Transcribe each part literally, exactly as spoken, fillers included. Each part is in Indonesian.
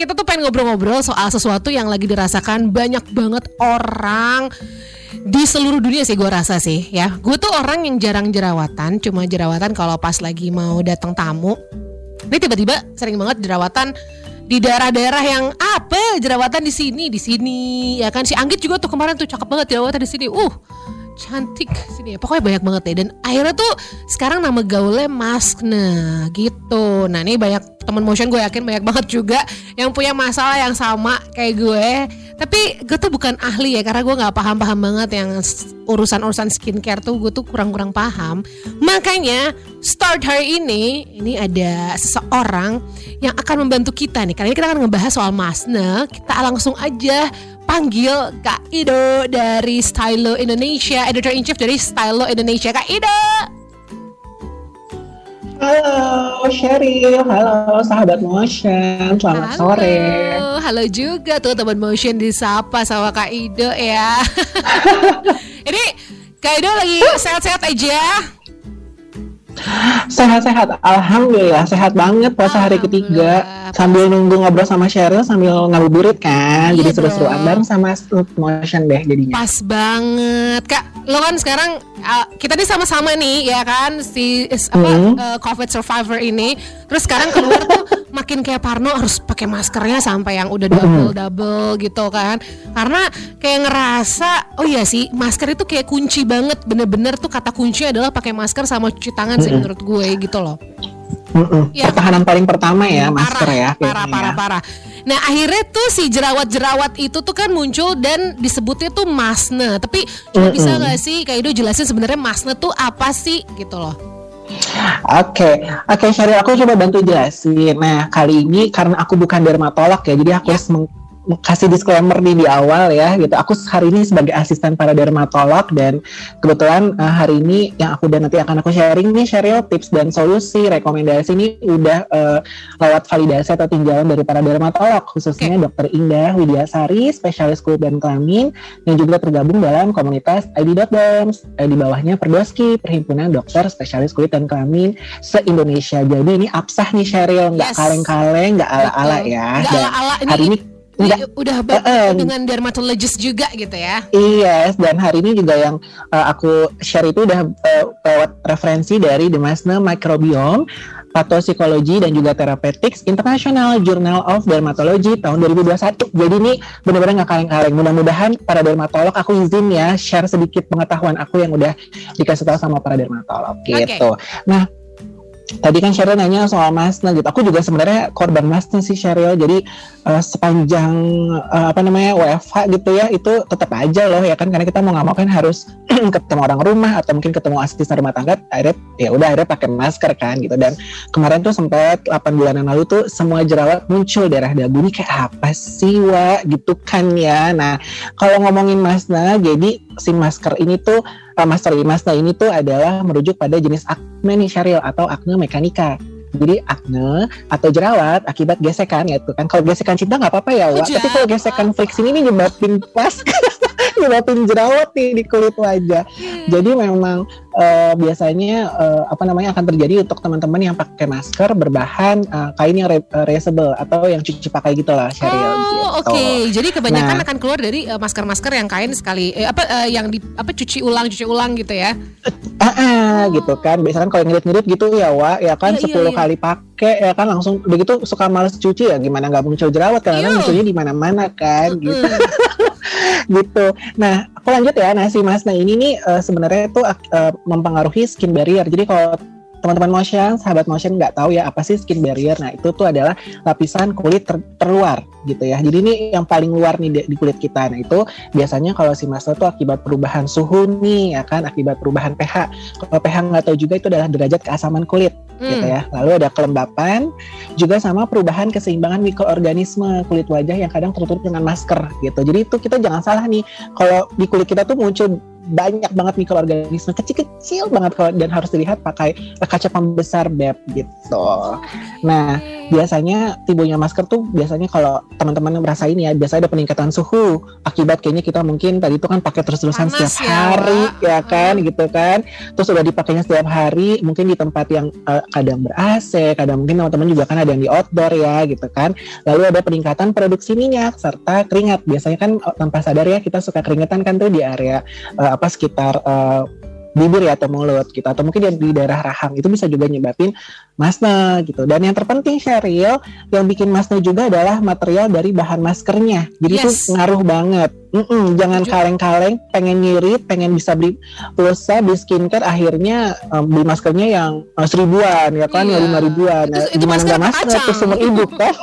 kita tuh pengen ngobrol-ngobrol soal sesuatu yang lagi dirasakan banyak banget orang di seluruh dunia sih gue rasa sih ya. Gue tuh orang yang jarang jerawatan, cuma jerawatan kalau pas lagi mau datang tamu. Ini tiba-tiba sering banget jerawatan di daerah-daerah yang apa jerawatan di sini, di sini ya kan. Si Anggit juga tuh kemarin tuh cakep banget jerawatan di sini. Uh, cantik sini ya. Pokoknya banyak banget deh. Dan akhirnya tuh sekarang nama gaulnya maskne gitu. Nah ini banyak teman motion gue yakin banyak banget juga yang punya masalah yang sama kayak gue. Tapi gue tuh bukan ahli ya, karena gue gak paham-paham banget yang urusan-urusan skincare tuh gue tuh kurang-kurang paham. Makanya start hari ini, ini ada seseorang yang akan membantu kita nih. Kali ini kita akan ngebahas soal maskne. Kita langsung aja panggil Kak Ido dari Stylo Indonesia, Editor-in-Chief dari Stylo Indonesia. Kak Ido. Halo Sheryl, halo sahabat motion, selamat halo, sore. Halo juga tuh teman motion disapa sama Kak Ido ya. Ini Kak Ido lagi sehat-sehat aja? Sehat-sehat, alhamdulillah sehat banget puasa hari ketiga. Sambil nunggu ngobrol sama Sheryl sambil ngabuburit kan, iya jadi seru-seruan bareng sama motion deh jadinya. Pas banget Kak, lo kan sekarang uh, kita nih sama-sama nih ya kan si apa hmm. uh, COVID survivor ini. Terus sekarang keluar tuh makin kayak parno harus pakai maskernya sampai yang udah double-double gitu kan. Karena kayak ngerasa oh iya sih masker itu kayak kunci banget, bener-bener tuh kata kuncinya adalah pakai masker sama cuci tangan sih menurut gue gitu loh. Ya, pertahanan paling pertama ya masker parah, ya parah parah ya. parah. Nah akhirnya tuh si jerawat-jerawat itu tuh kan muncul dan disebutnya tuh maskne. Tapi cuma bisa nggak sih Kak Ido jelasin sebenarnya maskne tuh apa sih gitu loh? Oke, okay. oke okay, Sheryl, aku coba bantu jelasin. Nah kali ini karena aku bukan dermatolog ya, jadi aku harus ya. meng- kasih disclaimer nih di awal ya gitu. Aku hari ini sebagai asisten para dermatolog dan kebetulan uh, hari ini yang aku dan nanti akan aku sharing nih Sheryl tips dan solusi rekomendasi ini udah uh, lewat validasi atau tinjauan dari para dermatolog khususnya okay. Dokter Indah Widiasari, spesialis kulit dan kelamin yang juga tergabung dalam komunitas I D Derms, eh, di bawahnya Perdoski, Perhimpunan Dokter Spesialis Kulit dan Kelamin se-Indonesia. Jadi ini absah nih Sheryl, nggak yes. kaleng-kaleng, nggak ala-ala ya. Nggak ala-ala ini. Hari ini Enggak, udah uh, dengan dermatologist juga gitu ya. Yes, dan hari ini juga yang uh, aku share itu udah uh, lewat referensi dari The Maskne Microbiome, Pathopsychology dan juga Therapeutics International Journal of Dermatology tahun dua ribu dua puluh satu. Jadi ini benar-benar nggak kaleng-kaleng. Mudah-mudahan para dermatolog aku izin ya share sedikit pengetahuan aku yang udah dikasih tahu sama para dermatolog gitu. Okay. Nah, tadi kan Sheryl nanya soal maskne gitu. Aku juga sebenarnya korban maskne sih Sheryl. Jadi uh, sepanjang uh, apa namanya W F H gitu ya, itu tetap aja loh ya kan, karena kita mau nggak mau kan harus ketemu orang rumah atau mungkin ketemu asisten rumah tangga. Akhirnya ya udah akhirnya pakai masker kan gitu. Dan kemarin tuh sempat delapan bulan yang lalu tuh semua jerawat muncul daerah dagu. Ini kayak apa sih wa gitu kan ya. Nah kalau ngomongin maskne, jadi si masker ini tuh uh, masker maskne ini tuh adalah merujuk pada jenis akne nih Sheryl atau akne mekanika. Jadi akne atau jerawat akibat gesekan gitu kan. Kalau gesekan cinta nggak apa-apa ya, Wak. Tapi kalau gesekan friction ini nyebabin pas nyebabin jerawat nih di kulit wajah. Jadi memang uh, biasanya uh, apa namanya akan terjadi untuk teman-teman yang pakai masker berbahan uh, kain yang re- reusable atau yang cuci pakai gitu lah Sheryl. Oh gitu. oke. Okay. Jadi kebanyakan nah, akan keluar dari uh, masker-masker yang kain sekali eh, apa uh, yang di apa cuci ulang cuci ulang gitu ya. Ah, uh, uh, oh. gitu kan. Biasanya kan kalau ngirit-ngirit gitu ya, Wak, ya kan yeah, sepuluh yeah, yeah. kali pakai ya kan langsung begitu suka males cuci ya, gimana nggak muncul jerawat karena yeah. munculnya di mana-mana kan mm-hmm. gitu. gitu. Nah, aku lanjut ya. Nah, si maskne ini nih uh, sebenarnya itu uh, mempengaruhi skin barrier. Jadi kalau teman-teman motion, sahabat motion nggak tahu ya apa sih skin barrier. Nah, itu tuh adalah lapisan kulit ter- terluar gitu ya. Jadi ini yang paling luar nih di, di kulit kita. Nah, itu biasanya kalau si maskne tuh akibat perubahan suhu nih ya kan, akibat perubahan pH. Kalau pH nggak tahu juga itu adalah derajat keasaman kulit. Hmm. Gitu ya. Lalu ada kelembapan, juga sama perubahan keseimbangan mikroorganisme kulit wajah yang kadang tertutup dengan masker gitu. Jadi itu kita jangan salah nih, kalau di kulit kita tuh muncul banyak banget mikroorganisme kecil-kecil banget dan harus dilihat pakai kaca pembesar B E P gitu. Nah, biasanya timbulnya masker tuh biasanya kalau teman-teman merasain ya, biasanya ada peningkatan suhu akibat kayaknya kita mungkin tadi itu kan pakai terus-terusan Panas setiap ya, hari Wak. ya kan hmm. gitu kan. Terus udah dipakainya setiap hari, mungkin di tempat yang uh, kadang ber-A C, kadang mungkin teman-teman juga kan ada yang di outdoor ya gitu kan. Lalu ada peningkatan produksi minyak serta keringat. Biasanya kan tanpa sadar ya kita suka keringetan kan tuh di area uh, apa sekitar uh, bibir ya atau mulut gitu, atau mungkin di daerah rahang, itu bisa juga nyebabin masne gitu. Dan yang terpenting Sheryl, yang bikin masne juga adalah material dari bahan maskernya. Jadi itu Yes. ngaruh banget. Mm-mm, jangan Setuju. kaleng-kaleng, pengen ngirit, pengen bisa beli pulsa, beli skincare, akhirnya um, beli maskernya yang uh, seribuan ya kan, Iya. ya lima ribuan. Itu- Nah, itu gimana masker nggak masne kacang. tuh seumur hidup kan?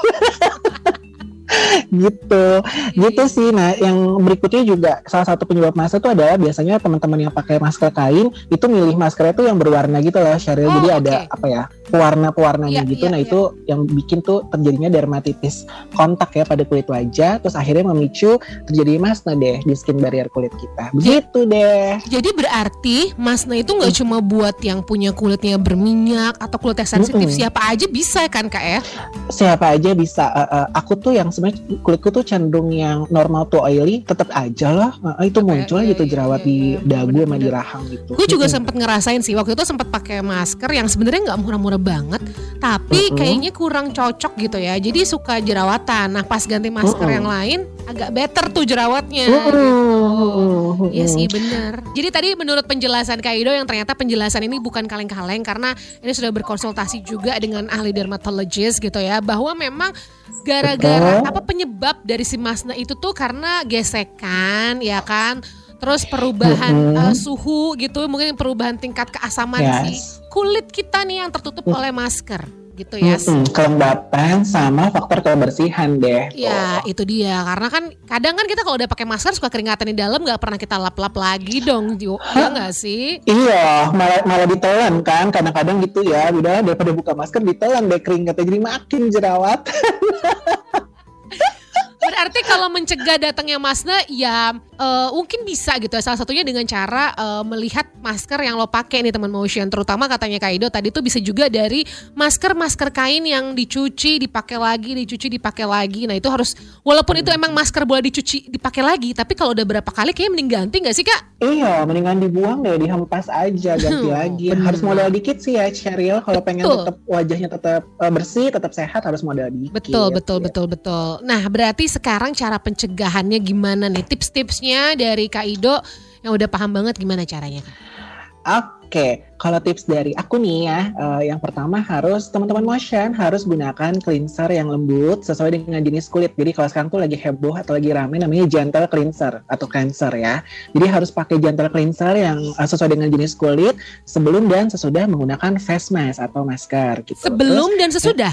gitu gitu sih. Nah, yang berikutnya juga salah satu penyebab masne itu adalah biasanya teman-teman yang pakai masker kain itu milih maskernya tuh yang berwarna gitu loh Sheryl. Oh, Jadi oke. ada apa ya, pewarna-pewarnanya Iya, gitu. iya, Nah, iya. itu yang bikin tuh terjadinya dermatitis kontak ya pada kulit wajah, terus akhirnya memicu terjadi masne deh di skin barrier kulit kita. Begitu deh. Jadi berarti masne itu nggak cuma buat yang punya kulitnya berminyak atau kulitnya sensitif, Mm-mm. siapa aja bisa kan Kak ya? Siapa aja bisa. Uh, uh, aku tuh yang sebenarnya kulitku tuh cenderung yang normal to oily, tetap aja lah uh, itu muncul iya, gitu iya, jerawat iya, di iya, dagu sama bener-bener. di rahang gitu. Gue juga Mm-mm. sempat ngerasain sih, waktu itu sempat pakai masker yang sebenarnya nggak murah-murah banget, tapi Mm-mm. kayaknya kurang cocok gitu ya. Jadi suka jerawatan. Nah pas ganti masker Mm-mm. yang lain agak better tuh jerawatnya. Mm-mm. Gitu. Mm-mm. Iya sih benar. Jadi tadi menurut penjelasan Kak Ido, yang ternyata penjelasan ini bukan kaleng-kaleng karena ini sudah berkonsultasi juga dengan ahli dermatologis gitu ya, bahwa memang gara-gara Betul. apa penyebab dari si masne itu tuh karena gesekan ya kan. Terus perubahan Mm-mm. uh, suhu gitu, mungkin perubahan tingkat keasaman Yes. si kulit kita nih yang tertutup oleh masker gitu ya. Mm-mm. Kelembapan sama faktor kebersihan deh. Ya itu dia, karena kan kadang kan kita kalau udah pakai masker suka keringatan di dalam, nggak pernah kita lap-lap lagi dong, Jo. Ya nggak sih? Iya, malah malah ditelan kan, kadang-kadang gitu ya. Udah daripada buka masker ditelan deh keringatnya, jadi makin jerawat. Berarti kalau mencegah datangnya masne ya uh, mungkin bisa gitu ya. Salah satunya dengan cara uh, melihat masker yang lo pakai nih teman Motion. Terutama katanya Kak Ido tadi tuh bisa juga dari masker-masker kain yang dicuci, dipakai lagi, dicuci, dipakai lagi. Nah itu harus, walaupun itu emang masker boleh dicuci, dipakai lagi, tapi kalau udah berapa kali kayaknya mending ganti gak sih Kak? Iya, mendingan dibuang deh, dihempas aja, ganti Hmm, lagi. bener. Harus modal dikit sih ya Sheryl. Kalau pengen Betul. tetap wajahnya tetap uh, bersih, tetap sehat, harus modal dikit. Betul, betul, Gitu. betul, betul. Nah berarti sekarang cara pencegahannya gimana nih? Tips-tipsnya dari Kak Ido yang udah paham banget gimana caranya Kak? Oke, kalau tips dari aku nih ya, uh, yang pertama harus teman-teman Motion harus gunakan cleanser yang lembut sesuai dengan jenis kulit. Jadi kalau sekarang tuh lagi heboh atau lagi rame namanya gentle cleanser atau cleanser ya. Jadi harus pakai gentle cleanser yang uh, sesuai dengan jenis kulit sebelum dan sesudah menggunakan face mask atau masker gitu. Sebelum Terus, dan sesudah?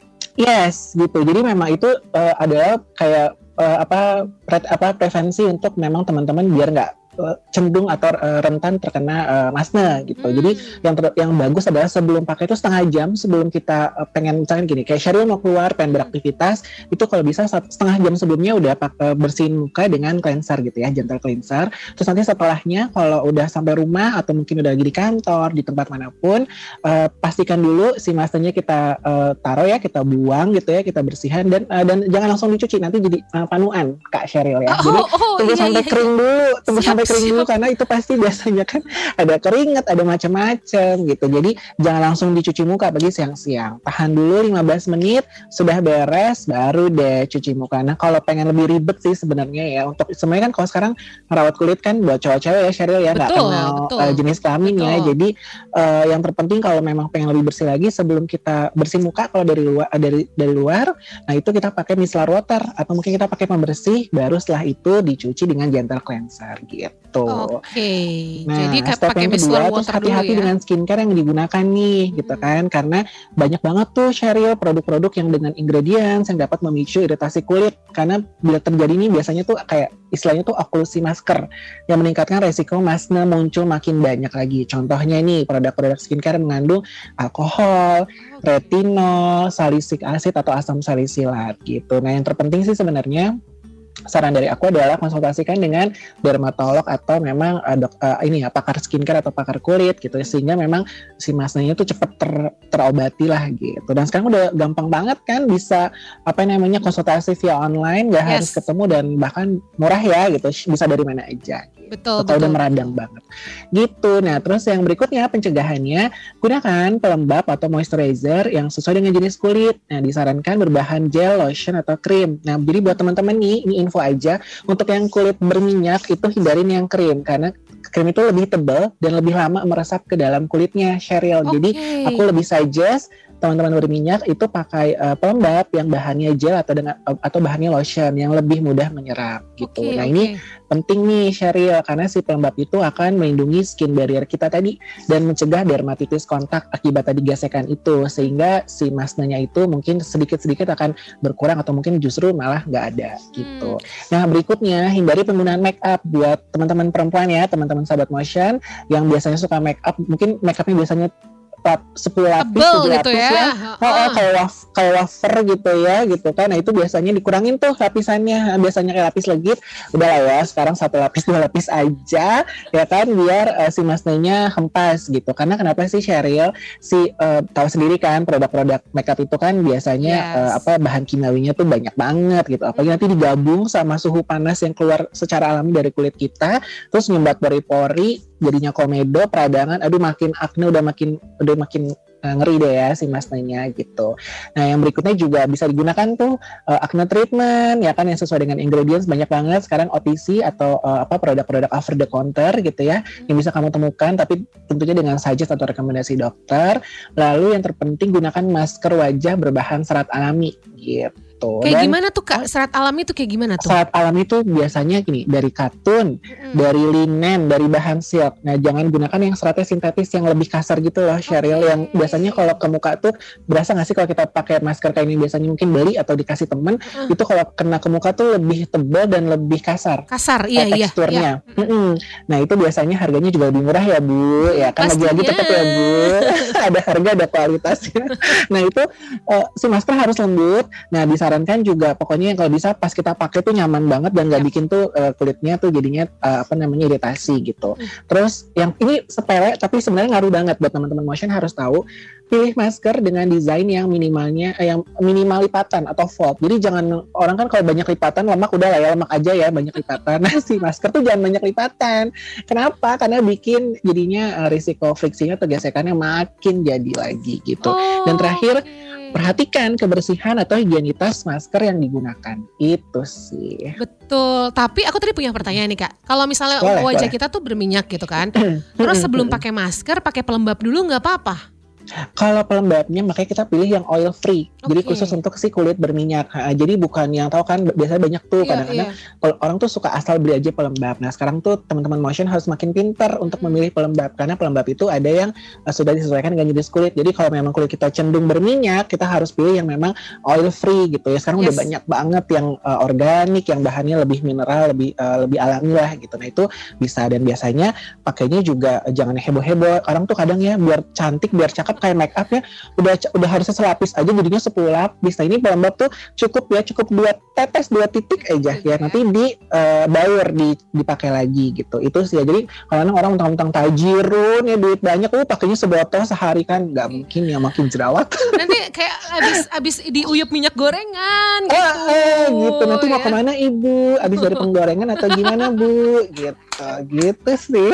yes, gitu. Jadi memang itu uh, adalah kayak uh, apa pre- apa prevensi untuk memang teman-teman biar nggak uh, cenderung atau uh, rentan terkena uh, masne gitu. Hmm. Jadi yang ter- yang bagus adalah sebelum pakai itu setengah jam sebelum kita uh, pengen misalkan gini, kayak Sheryl mau keluar pengen beraktivitas, itu kalau bisa sat- setengah jam sebelumnya udah pak- uh, bersihin muka dengan cleanser gitu ya, gentle cleanser. Terus nanti setelahnya kalau udah sampai rumah atau mungkin udah lagi di kantor, di tempat manapun, uh, pastikan dulu si maskernya kita uh, taruh ya, kita buang gitu ya, kita bersihkan dan uh, dan jangan langsung dicuci, nanti jadi uh, panuan Kak Sheryl ya. Oh, Jadi oh, tunggu iya, sampai iya, kering dulu, tunggu Siap, sampai kering dulu siap. karena itu pasti biasanya kan ada keringat, ada macam-macam gitu. Jadi jangan langsung dicuci muka pagi siang-siang. Tahan dulu lima belas menit, sudah beres baru deh cuci muka. Nah, kalau pengen lebih ribet sih sebenarnya ya, untuk sebenarnya kan kalau sekarang merawat kulit kan buat cowok-cewek ya Sheryl ya, nggak Betul, kenal betul. uh, jenis kelaminnya. Betul. Jadi uh, yang terpenting kalau memang pengen lebih bersih lagi sebelum kita bersih muka kalau dari luar uh, dari dari luar, nah itu kita pakai micellar water atau mungkin kita pakai pembersih, baru setelah itu dicuci dengan gentle cleanser gitu. Oke, Nah, jadi kayak step pakai yang kedua micellar terus water dulu hati-hati ya. dengan skincare yang digunakan nih, gitu Hmm. kan? Karena banyak banget tuh Sheryl produk-produk yang dengan ingredients yang dapat memicu iritasi kulit. Karena bila terjadi ini biasanya tuh kayak istilahnya tuh oklusi masker yang meningkatkan resiko masne muncul makin banyak lagi. Contohnya ini produk-produk skincare yang mengandung alkohol, retinol, salisic acid atau asam salisilat gitu. Nah, yang terpenting sih sebenarnya saran dari aku adalah konsultasikan dengan dermatolog atau memang uh, dok, uh, ini ya pakar skincare atau pakar kulit gitu, sehingga memang si masnanya itu cepat ter, terobati lah gitu. Dan sekarang udah gampang banget kan bisa apa namanya konsultasi via online, nggak yes. harus ketemu dan bahkan murah ya gitu, bisa dari mana aja. Gitu. Betul, Atau betul. udah meradang banget gitu. Nah terus yang berikutnya pencegahannya, gunakan pelembab atau moisturizer yang sesuai dengan jenis kulit. Nah disarankan berbahan gel, lotion atau krim. Nah jadi buat teman-teman nih, ini info aja, untuk yang kulit berminyak itu hindarin yang krim karena krim itu lebih tebal dan lebih lama meresap ke dalam kulitnya, Sheryl. Okay. Jadi aku lebih suggest teman-teman berminyak itu pakai uh, pelembab yang bahannya gel atau dengan uh, atau bahannya lotion yang lebih mudah menyerap gitu. Okay, nah okay. ini penting nih Sheryl, karena si pelembab itu akan melindungi skin barrier kita tadi dan mencegah dermatitis kontak akibat tadi gesekan itu, sehingga si masnanya itu mungkin sedikit-sedikit akan berkurang atau mungkin justru malah nggak ada gitu. Hmm. Nah berikutnya, hindari penggunaan make up buat teman-teman perempuan ya, teman-teman sahabat motion yang biasanya suka make up, mungkin make upnya biasanya sepuluh lapis, tujuh gitu lapis ya, ya. Oh, oh, kayak waf, kayak wafer gitu ya, gitu kan. Nah itu biasanya dikurangin tuh lapisannya. Biasanya kayak lapis legit, udah lah ya. Sekarang satu lapis dua lapis aja, ya kan, biar uh, si masnanya hempas gitu. Karena kenapa sih Sheryl? Si uh, tahu sendiri kan produk-produk makeup itu kan biasanya yes. uh, apa bahan kimiawinya tuh banyak banget gitu. Apalagi nanti digabung sama suhu panas yang keluar secara alami dari kulit kita, terus nyumbat pori-pori, jadinya komedo, peradangan, aduh makin akne, udah makin udah makin uh, ngeri deh ya si masnanya gitu. Nah yang berikutnya juga bisa digunakan tuh uh, acne treatment ya kan, yang sesuai dengan ingredients banyak banget sekarang O T C atau uh, apa produk-produk over the counter gitu ya, hmm. yang bisa kamu temukan tapi tentunya dengan suggest atau rekomendasi dokter. Lalu yang terpenting gunakan masker wajah berbahan serat alami gitu. Kayak dan, gimana tuh Kak? Serat alami tuh kayak gimana tuh? Serat alami tuh biasanya gini, dari katun, mm. dari linen, dari bahan silk. Nah jangan gunakan yang seratnya sintetis yang lebih kasar gitu loh Sheryl, okay. yang biasanya kalau ke muka tuh berasa gak sih kalau kita pakai masker kayak ini biasanya mungkin beli atau dikasih temen, uh. itu kalau kena ke muka tuh lebih tebal dan lebih kasar. Kasar, iya iya. Teksturnya. Iya. Mm-mm. Nah itu biasanya harganya juga lebih murah ya Bu, ya kan lagi-lagi tetap ya Bu, ada harga ada kualitasnya. Nah itu uh, si masker harus lembut. Nah bisa sarankan juga pokoknya yang kalau bisa pas kita pakai tuh nyaman banget dan nggak bikin tuh uh, kulitnya tuh jadinya uh, apa namanya iritasi gitu. Hmm. Terus yang ini sepele tapi sebenarnya ngaruh banget buat teman-teman motion, harus tahu pilih masker dengan desain yang minimalnya eh, yang minimal lipatan atau fold. Jadi jangan, orang kan kalau banyak lipatan lemak udah lah ya, lemak aja ya banyak lipatan. Nah si masker tuh jangan banyak lipatan. Kenapa? Karena bikin jadinya uh, risiko friksinya atau gesekannya makin jadi lagi gitu. Oh, dan terakhir okay. perhatikan kebersihan atau higienitas masker yang digunakan. Itu sih. Betul. Tapi aku tadi punya pertanyaan nih Kak. Kalau misalnya boleh, wajah boleh. kita tuh berminyak gitu kan, terus sebelum pakai masker pakai pelembab dulu nggak apa-apa? Kalau pelembabnya makanya kita pilih yang oil free. Okay. Jadi khusus untuk si kulit berminyak. Ha, jadi bukan yang tahu kan biasanya banyak tuh yeah, kadang-kadang yeah. kalau orang tuh suka asal beli aja pelembab. Nah sekarang tuh teman-teman motion harus makin pintar untuk memilih pelembab, karena pelembab itu ada yang uh, sudah disesuaikan dengan jenis kulit. Jadi kalau memang kulit kita cenderung berminyak, kita harus pilih yang memang oil free gitu ya. Sekarang yes. udah banyak banget yang uh, organik, yang bahannya lebih mineral, lebih uh, lebih alami lah gitu. Nah itu bisa, dan biasanya pakainya juga uh, jangan heboh-heboh. Orang tuh kadang ya biar cantik, biar cakep kayak make up ya udah udah harusnya selapis aja jadinya sepuluh lapis. Nah ini pelembab tuh cukup ya, cukup dua tetes, dua titik aja ya, nanti di uh, baur di dipakai lagi gitu. Itu sih ya. Jadi kalau orang mentang-mentang tajirun ya duit banyak, uh pakainya sebotol sehari kan nggak mungkin ya, makin jerawat. Nanti kayak abis abis diuyup minyak gorengan gitu. Oh, eh, gitu. Nanti ya. Mau kemana Ibu? Abis dari penggorengan atau gimana Bu? Gitu, gitu sih.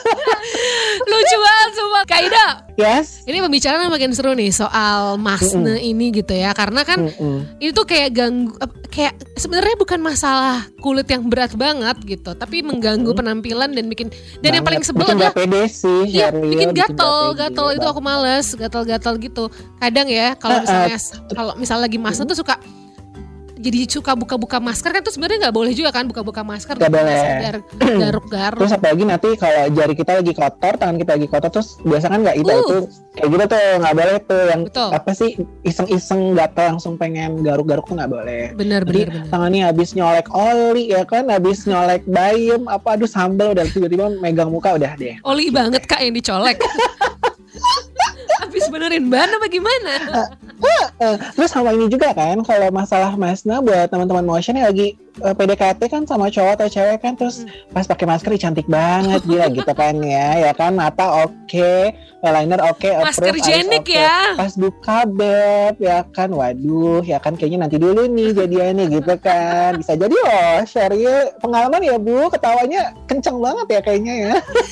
Lucu banget sumpah. Kak Ida, yes. Ini pembicaraan makin seru nih soal masne Mm-mm. ini gitu ya. Karena kan Mm-mm. itu tuh kayak ganggu, kayak sebenarnya bukan masalah kulit yang berat banget gitu, tapi mengganggu Mm-mm. penampilan dan bikin, dan banget. Yang paling sebel adalah pede sih, iya, bikin gatel, gatel itu aku males, gatel-gatel gitu. Kadang ya kalau misalnya kalau misalnya lagi masne tuh suka jadi suka buka-buka masker kan, tuh sebenarnya nggak boleh juga kan buka-buka masker, nggak boleh garuk-garuk. Terus apalagi nanti kalau jari kita lagi kotor, tangan kita lagi kotor, terus biasa kan nggak itu uh. itu kayak gitu tuh nggak boleh tuh, yang Betul. apa sih iseng-iseng gatel langsung pengen garuk-garuk tuh nggak boleh. Bener Jadi bener, bener. tangannya habis nyolek oli ya kan, habis nyolek bayam apa aduh sambal, udah tiba-tiba megang muka udah deh. Oli banget Kak yang dicolek. Habis benerin ban apa gimana? Uh, terus sama ini juga kan, kalau masalah masna buat teman-teman motion yang lagi uh, P D K T kan sama cowok atau cewek kan, terus hmm. pas pakai masker cantik banget gila gitu kan ya, ya kan mata oke, okay, eyeliner oke, okay, masker jenik okay. Ya. Pas buka beb ya kan, waduh ya kan kayaknya nanti dulu nih jadiannya gitu kan, bisa jadi loh share pengalaman ya Bu, ketawanya kenceng banget ya kayaknya ya.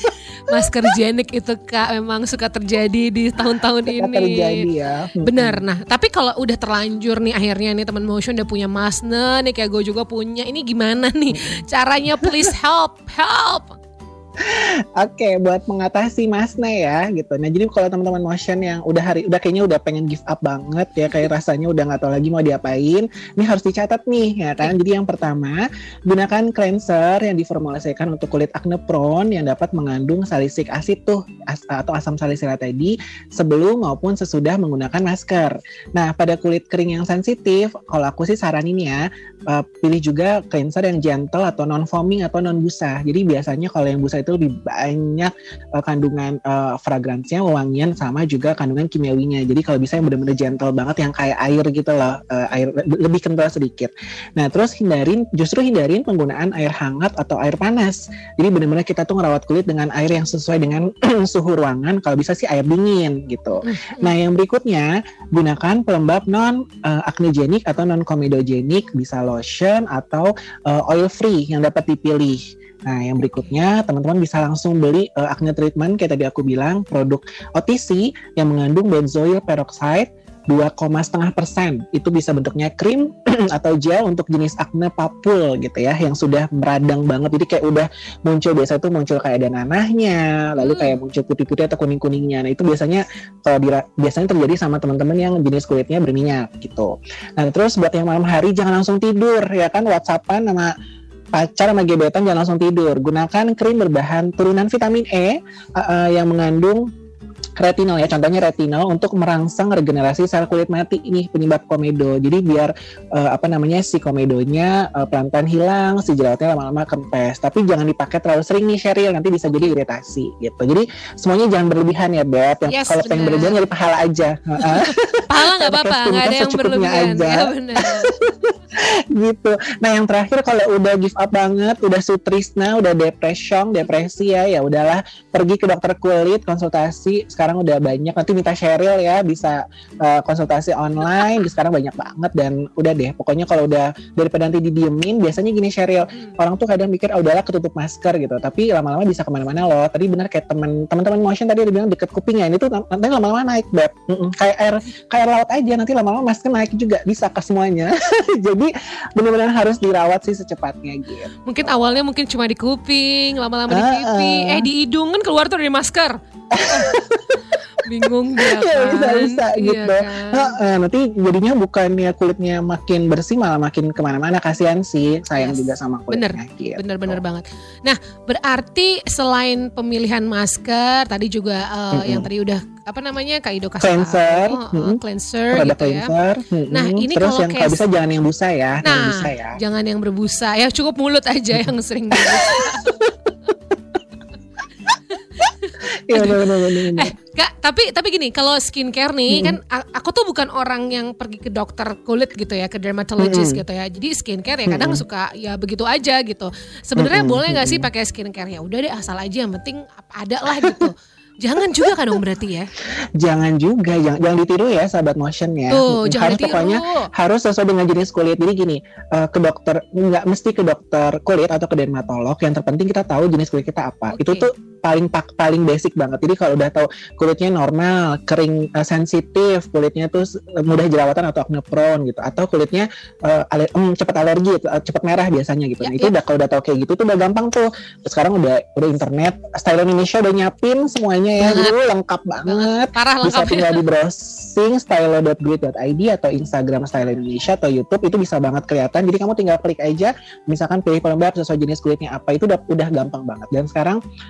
Masker jenik itu Kak memang suka terjadi di tahun-tahun suka ini. Terjadi ya. Benar. Nah, tapi kalau udah terlanjur nih akhirnya nih teman motion udah punya masne nih kayak gue juga punya. Ini gimana nih caranya, please help, help. Oke, okay, buat mengatasi masna ya gitu. Nah, jadi kalau teman-teman motion yang udah hari udah kayaknya udah pengen give up banget ya, kayak rasanya udah nggak tahu lagi mau diapain, ini harus dicatat nih ya kan. Jadi yang pertama, gunakan cleanser yang diformulasikan untuk kulit acne prone yang dapat mengandung salicylic acid tuh as, atau asam salicylat tadi sebelum maupun sesudah menggunakan masker. Nah, pada kulit kering yang sensitif, kalau aku sih saranin ya, uh, pilih juga cleanser yang gentle atau non foaming atau non busa. Jadi biasanya kalau yang busa itu lebih banyak uh, kandungan uh, fragrance-nya, wangian, sama juga kandungan kimiawinya. Jadi kalau bisa yang benar-benar gentle banget, yang kayak air gitu loh, uh, air lebih kental sedikit. Nah, terus hindarin, justru hindarin penggunaan air hangat atau air panas. Jadi benar-benar kita tuh ngerawat kulit dengan air yang sesuai dengan suhu ruangan, kalau bisa sih air dingin gitu. Nah, yang berikutnya, gunakan pelembab non uh, acnegenic atau non comedogenic, bisa lotion atau uh, oil free yang dapat dipilih. Nah, yang berikutnya teman-teman bisa langsung beli uh, acne treatment kayak tadi aku bilang, produk O T C yang mengandung benzoyl peroxide dua koma lima persen. Itu bisa bentuknya krim atau gel untuk jenis acne papul gitu ya, yang sudah meradang banget. Jadi kayak udah muncul, biasa tuh muncul kayak ada nanahnya, lalu kayak muncul putih-putih atau kuning-kuningnya. Nah, itu biasanya kalau di, biasanya terjadi sama teman-teman yang jenis kulitnya berminyak gitu. Nah, terus buat yang malam hari jangan langsung tidur ya kan, WhatsAppan sama pacar sama gebetan jangan langsung tidur. Gunakan krim berbahan turunan vitamin E uh, uh, yang mengandung retinol ya, contohnya retinol untuk merangsang regenerasi sel kulit mati, ini penyebab komedo. Jadi biar uh, apa namanya si komedonya uh, pelan-pelan hilang, si jerawatnya lama-lama kempes. Tapi jangan dipakai terlalu sering nih Sheryl, nanti bisa jadi iritasi gitu. Jadi semuanya jangan berlebihan ya Beb. Yang yes, kalau pengen berlebihan nyari pahala aja. Pahala nggak apa-apa, nggak ada yang berlebihan. Aja. Ya, benar. Gitu. Nah, yang terakhir kalau udah give up banget, udah sutrisna, udah depression, depresi ya, ya udahlah pergi ke dokter kulit, konsultasi. Sekarang udah banyak, nanti minta Sheryl ya, bisa uh, konsultasi online. Sekarang banyak banget dan udah deh. Pokoknya kalau udah daripada nanti didiemin, biasanya gini Sheryl, orang tuh kadang mikir, oh udahlah ketutup masker gitu. Tapi lama-lama bisa kemana-mana loh. Tadi benar kayak teman teman-teman motion tadi ada bilang deket kuping ya. Ini tuh nanti lama-lama naik Beb. Kayak air kayak air laut aja, nanti lama-lama masker naik juga, bisa ke semuanya. Jadi benar-benar harus dirawat sih secepatnya gitu. Mungkin awalnya mungkin cuma di kuping, lama-lama di pipi, uh, uh. eh di hidung kan keluar tuh dari masker. Bingung dia kan. Ya, bisa-bisa iya gitu. Kan? Nah, uh, nanti jadinya bukannya kulitnya makin bersih, malah makin kemana-mana. Kasihan sih, sayang yes. juga sama kulitnya. Bener, gitu. bener-bener banget. Nah, berarti selain pemilihan masker, tadi juga uh, mm-hmm. yang tadi udah apa namanya Kak Ido kasih cleanser, oh, mm-hmm. cleanser gitu cleanser. Ya. Mm-hmm. Nah, ini terus kalau yang kalau bisa jangan yang busa ya. Nah, busa ya. jangan yang berbusa ya, cukup mulut aja yang sering berbusa. Ya, bener, bener, bener. Eh Kak, tapi tapi gini, kalau skincare nih hmm. kan aku tuh bukan orang yang pergi ke dokter kulit gitu ya, ke dermatologist hmm. gitu ya. Jadi skincare ya kadang hmm. suka ya begitu aja gitu. Sebenarnya hmm. boleh nggak sih pakai skincare? Ya udah deh, asal aja, yang penting ada lah gitu. Jangan juga kan dong berarti ya? Jangan juga, jangan, jangan ditiru ya sahabat motion ya. Tuh, jangan harus ditiru. Pokoknya harus sesuai dengan jenis kulit. Jadi gini, uh, ke dokter, nggak mesti ke dokter kulit atau ke dermatolog. Yang terpenting kita tahu jenis kulit kita apa. Okay. Itu tuh paling paling basic banget. Jadi kalau udah tahu kulitnya normal, kering, uh, sensitif, kulitnya tuh mudah jerawatan atau acne prone gitu, atau kulitnya uh, aler, um, cepat alergi, uh, cepat merah biasanya gitu. Ya, nah, itu ya. udah kalau udah tahu kayak gitu tuh udah gampang tuh. Sekarang udah udah internet, Style Indonesia udah nyiapin semuanya ya, jadi lengkap banget. Parah lengkap. Bisa tinggal di browsing stylo dot grid dot i d atau Instagram Style Indonesia atau YouTube, itu bisa banget kelihatan. Jadi kamu tinggal klik aja, misalkan pilih pelembab sesuai jenis kulitnya apa, itu udah udah gampang banget. Dan sekarang produk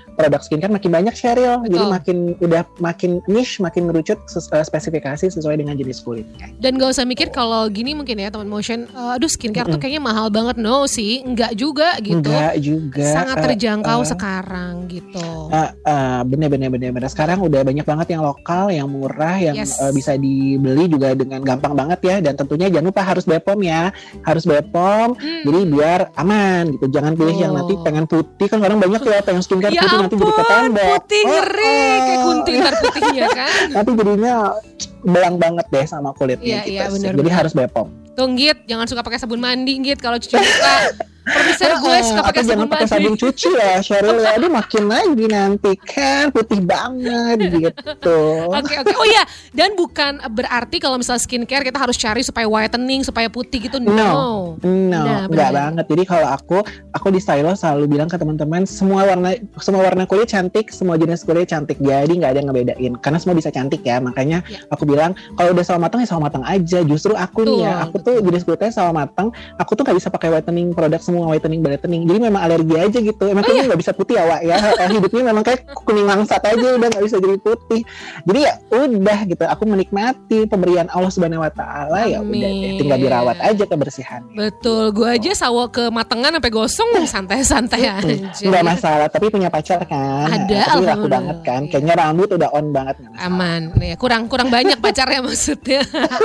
skincare makin banyak Sheryl. Betul. Jadi makin udah makin niche, makin merucut ses- uh, spesifikasi sesuai dengan jenis kulitnya. Dan gak usah mikir kalau gini mungkin ya teman motion, uh, aduh skincare tuh kayaknya mahal banget. No sih, enggak juga gitu. Enggak juga. Sangat terjangkau uh, uh, sekarang gitu. Uh, uh, bener-bener bener-bener sekarang udah banyak banget yang lokal, yang murah, yang Yes. uh, bisa dibeli juga dengan gampang banget ya. Dan tentunya jangan lupa harus B P O M ya, harus B P O M. Hmm. Jadi biar aman gitu. Jangan pilih Oh. yang nanti pengen putih, kan orang banyak ya pengen skincare Ya putih nanti jadi ampun, ketembok. putih ngeri kayak kunti ntar putihnya kan. Nanti jadinya belang banget deh sama kulitnya Iya, gitu iya, sih. bener, Jadi bener. harus B P O M. Tuh Git, jangan suka pakai sabun mandi Git kalau cuci muka. Produser gue suka Atau pakai jangan sabun pakai mandi. sabun cuci ya Sheryl ya. Aduh makin lagi nanti kan putih banget gitu. Oke oke. Oh iya, dan bukan berarti kalau misalnya skincare kita harus cari supaya whitening, supaya putih gitu. No. No, no, Nah, enggak benar. banget. Jadi kalau aku, aku di Stylo selalu bilang ke teman-teman, semua warna, semua warna kulit cantik, semua jenis kulit cantik. Jadi nggak ada yang ngebedain, karena semua bisa cantik ya. Makanya Ya. aku bilang, kalau udah sawo matang ya sawo matang aja. Justru aku nih ya, Betul, aku tuh jenis kulitnya sawo matang. Aku tuh nggak bisa pakai whitening produk semua whitening, brightening. Jadi memang alergi aja gitu. Emang Oh, kulitnya iya? nggak bisa putih ya, Wak ya. Eh, Hidupnya memang kayak kuning langsat aja, udah nggak bisa jadi putih. Jadi ya udah gitu. Aku menikmati pemberian Allah Subhanahu Wa Taala, ya udah deh. Amin. Tinggal dirawat aja kebersihannya. Betul, gue aja sawo ke matengan sampai gosong santai-santai aja. Nggak masalah, tapi punya pacar kan? Ada, Tapi laku alhamdulillah. banget kan? Iya. Kayaknya rambut udah on banget. nggak masalah. Aman, ya kurang kurang banyak pacarnya maksudnya.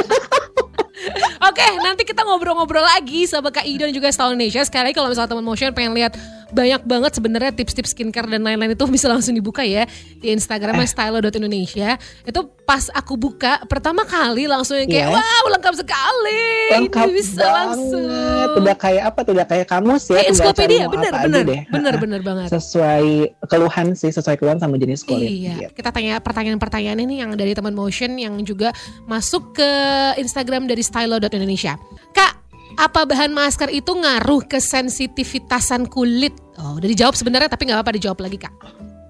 Oke, nanti kita ngobrol-ngobrol lagi sama Kak Ida dan juga Style Indonesia. Sekali lagi kalau misalnya teman motion pengen lihat banyak banget sebenarnya tips-tips skincare dan lain-lain itu bisa langsung dibuka ya di Instagramnya Eh. stylo dot indonesia. Itu pas aku buka pertama kali langsung yang kayak Yes. wow lengkap sekali. Lengkap Ini bisa banget. langsung. Udah kayak apa tuh? Udah kayak kamus ya. Kayak tinggal cari ensiklopedia, mau bener apa bener aja deh. bener Ha-ha. bener banget. Sesuai keluhan sih, sesuai keluhan sama jenis kulit. Iya, gitu. kita tanya pertanyaan-pertanyaan ini yang dari teman motion yang juga masuk ke Instagram dari stylo dot indonesia. Kak, apa bahan masker itu ngaruh ke sensitivitasan kulit? Oh, udah dijawab sebenarnya tapi nggak apa-apa dijawab lagi Kak.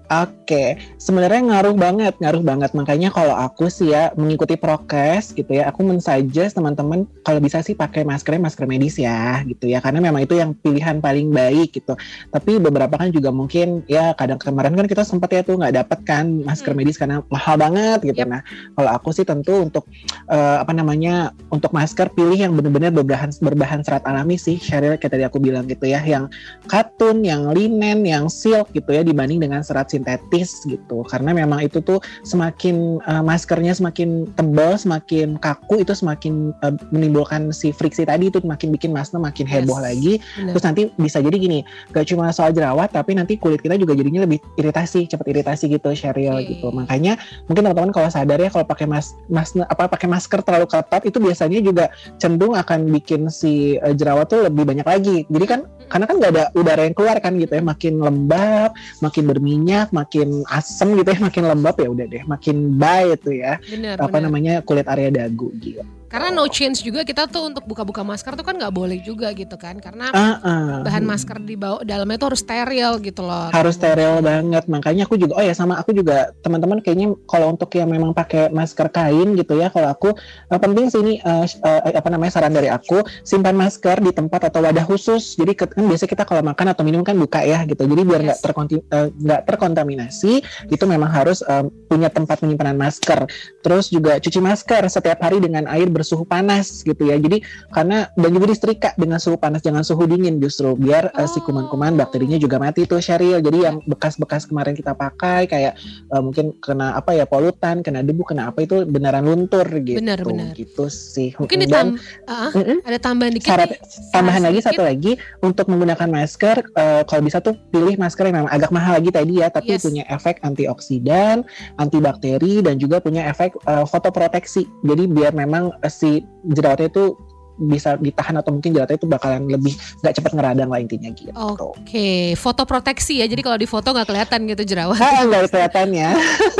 Oke, sebenarnya ngaruh banget, ngaruh banget. Makanya kalau aku sih ya mengikuti prokes gitu ya, aku men-suggest teman-teman kalau bisa sih pakai maskernya masker medis ya, gitu ya. Karena memang itu yang pilihan paling baik gitu. Tapi beberapa kan juga mungkin ya kadang kemarin kan kita sempat ya tuh nggak dapet kan masker Hmm. medis karena mahal banget gitu. Yep. Nah, kalau aku sih tentu untuk eh, apa namanya untuk masker pilih yang benar-benar berbahan berbahan serat alami sih, Sheryl kayak tadi aku bilang gitu ya, yang katun, yang linen, yang silk gitu ya dibanding dengan serat sintetis gitu. Karena memang itu tuh semakin uh, maskernya semakin tebal, semakin kaku, itu semakin uh, menimbulkan si friksi tadi, itu makin bikin masnya makin heboh Yes, lagi. bener. Terus nanti bisa jadi gini, gak cuma soal jerawat tapi nanti kulit kita juga jadinya lebih iritasi, cepat iritasi gitu, Sheryl Oke. gitu. Makanya mungkin teman-teman kalau sadar ya kalau pakai mas, mas apa pakai masker terlalu ketat itu biasanya juga cenderung akan bikin si uh, jerawat tuh lebih banyak lagi. Jadi kan karena kan nggak ada udara yang keluar kan gitu ya, makin lembab, makin berminyak, makin asem gitu ya, makin lembab ya udah deh, makin bye itu ya, Bener, apa bener. namanya kulit area dagu gitu. Karena no change juga kita tuh untuk buka-buka masker tuh kan nggak boleh juga gitu kan. Karena Ah, ah. bahan masker di bawah dalamnya tuh harus steril gitu loh. Harus steril banget, makanya aku juga oh ya sama aku juga teman-teman kayaknya kalau untuk yang memang pakai masker kain gitu ya, kalau aku eh, penting sih ini eh, eh, apa namanya saran dari aku, simpan masker di tempat atau wadah khusus. Jadi ke- kan biasa kita kalau makan atau minum kan buka ya gitu, jadi biar nggak Yes. terkonti- eh, nggak terkontaminasi itu memang harus eh, punya tempat penyimpanan masker. Terus juga cuci masker setiap hari dengan air bersuhu panas gitu ya, jadi karena dan juga disetrika dengan suhu panas, jangan suhu dingin justru biar eh, si Oh. kuman-kuman bakterinya juga mati tuh, Sheryl. Jadi yang bekas-bekas kemarin kita pakai kayak eh, mungkin kena apa ya polutan, kena debu, kena apa itu beneran luntur gitu. Benar, benar. Gitu sih. Mungkin Dan, ditam- ah, mm-mm, ada tambahan dikit syarat nih. tambahan lagi sedikit. satu lagi untuk menggunakan masker eh, kalau bisa tuh pilih masker yang memang agak mahal lagi tadi ya, tapi Yes. punya efek antioksidan, antibakteri dan juga punya efek eh, fotoproteksi. Jadi biar memang eh, si jerawatnya itu bisa ditahan atau mungkin jerawatnya itu bakalan lebih nggak cepat ngeradang lah intinya gitu. Oke, foto proteksi ya. Jadi kalau di foto nggak kelihatan gitu jerawat. Ah, nggak kelihatan ya.